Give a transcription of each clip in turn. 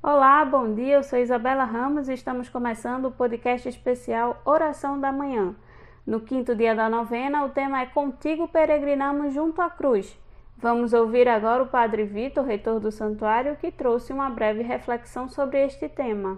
Olá, bom dia, eu sou Isabela Ramos e estamos começando o podcast especial Oração da Manhã. No quinto dia da novena, o tema é Contigo Peregrinamos Junto à Cruz. Vamos ouvir agora o Padre Vitor, reitor do santuário, que trouxe uma breve reflexão sobre este tema.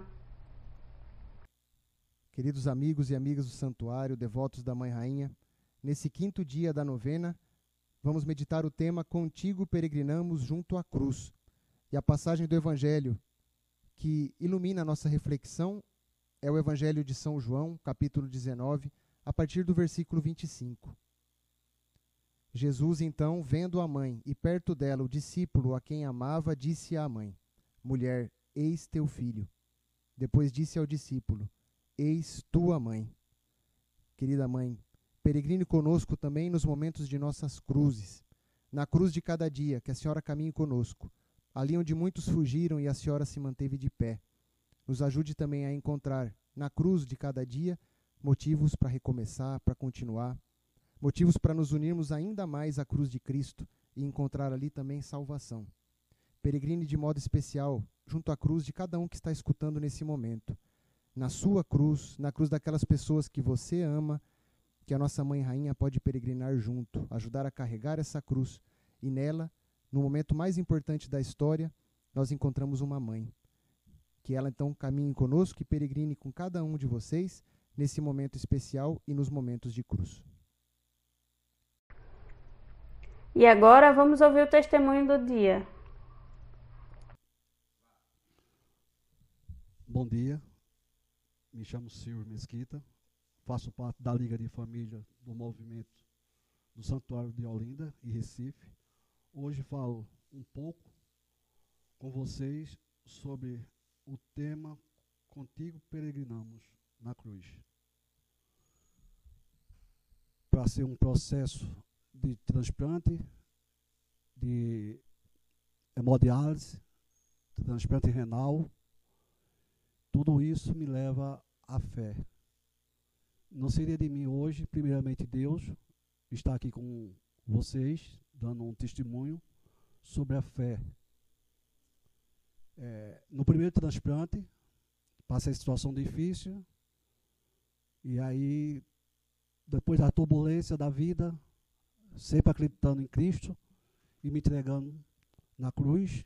Queridos amigos e amigas do santuário, devotos da Mãe Rainha, nesse quinto dia da novena, vamos meditar o tema Contigo Peregrinamos Junto à Cruz. E a passagem do Evangelho que ilumina a nossa reflexão é o Evangelho de São João, capítulo 19, a partir do versículo 25. Jesus, então, vendo a mãe e perto dela o discípulo a quem amava, disse à mãe: Mulher, eis teu filho. Depois disse ao discípulo: Eis tua mãe. Querida mãe, peregrine conosco também nos momentos de nossas cruzes. Na cruz de cada dia, que a senhora caminhe conosco. Ali onde muitos fugiram e a senhora se manteve de pé. Nos ajude também a encontrar, na cruz de cada dia, motivos para recomeçar, para continuar. Motivos para nos unirmos ainda mais à cruz de Cristo e encontrar ali também salvação. Peregrine de modo especial junto à cruz de cada um que está escutando nesse momento. Na sua cruz, na cruz daquelas pessoas que você ama, que a nossa Mãe Rainha pode peregrinar junto, ajudar a carregar essa cruz. E nela, no momento mais importante da história, nós encontramos uma mãe. Que ela então caminhe conosco e peregrine com cada um de vocês nesse momento especial e nos momentos de cruz. E agora vamos ouvir o testemunho do dia. Bom dia, me chamo Silvio Mesquita, faço parte da Liga de Família do Movimento do Santuário de Olinda e Recife. Hoje falo um pouco com vocês sobre o tema Contigo Peregrinamos na Cruz. Para ser um processo de transplante, de hemodiálise, transplante renal, tudo isso me leva à fé. Não seria de mim hoje, primeiramente Deus, estar aqui com vocês, dando um testemunho sobre a fé. No primeiro transplante, passei situação difícil, e aí, depois da turbulência da vida, sempre acreditando em Cristo e me entregando na cruz.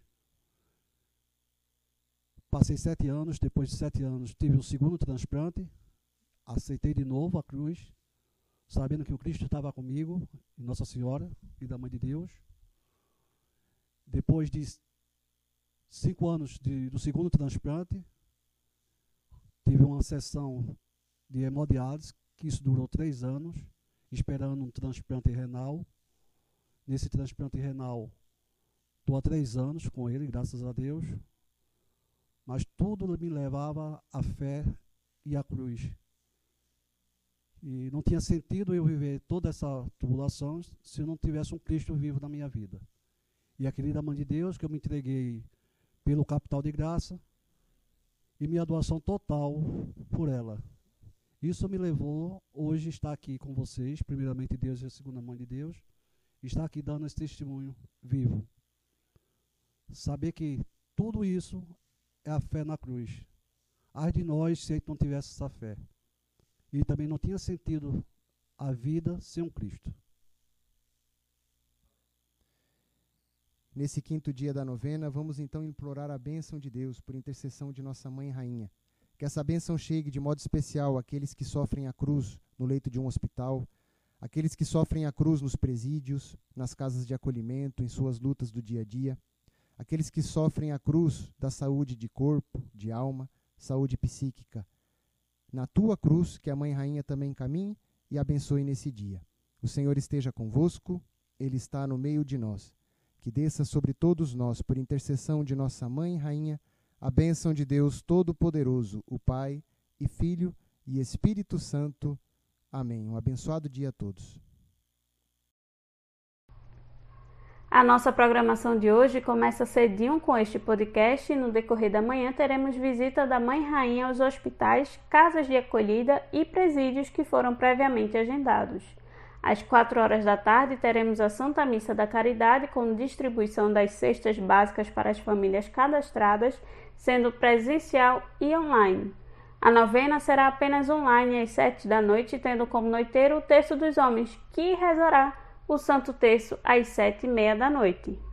Passei 7 anos, depois de 7 anos tive o segundo transplante, aceitei de novo a cruz, sabendo que o Cristo estava comigo, e Nossa Senhora e da Mãe de Deus. Depois de 5 anos do segundo transplante, tive uma sessão de hemodiálise, que isso durou 3 anos, esperando um transplante renal. Nesse transplante renal, estou há 3 anos com ele, graças a Deus. Mas tudo me levava à fé e à cruz. E não tinha sentido eu viver toda essa tribulação se eu não tivesse um Cristo vivo na minha vida. E a querida Mãe de Deus, que eu me entreguei pelo capital de graça, e minha doação total por ela. Isso me levou hoje a estar aqui com vocês, primeiramente Deus e a segunda Mãe de Deus, e estar aqui dando esse testemunho vivo. Saber que tudo isso é a fé na cruz. Ai de nós se a gente não tivesse essa fé. E também não tinha sentido a vida sem um Cristo. Nesse quinto dia da novena, vamos então implorar a bênção de Deus por intercessão de nossa Mãe Rainha. Que essa bênção chegue de modo especial àqueles que sofrem a cruz no leito de um hospital, aqueles que sofrem a cruz nos presídios, nas casas de acolhimento, em suas lutas do dia a dia, aqueles que sofrem a cruz da saúde de corpo, de alma, saúde psíquica. Na tua cruz, que a Mãe Rainha também caminhe e abençoe nesse dia. O Senhor esteja convosco, Ele está no meio de nós. Que desça sobre todos nós, por intercessão de nossa Mãe Rainha, a bênção de Deus Todo-Poderoso, o Pai, e Filho e Espírito Santo. Amém. Um abençoado dia a todos. A nossa programação de hoje começa cedinho com este podcast e no decorrer da manhã teremos visita da Mãe Rainha aos hospitais, casas de acolhida e presídios que foram previamente agendados. Às 4 horas da tarde, teremos a Santa Missa da Caridade, com distribuição das cestas básicas para as famílias cadastradas, sendo presencial e online. A novena será apenas online às 7 da noite, tendo como noiteiro o Terço dos Homens, que rezará o Santo Terço às 7h30 da noite.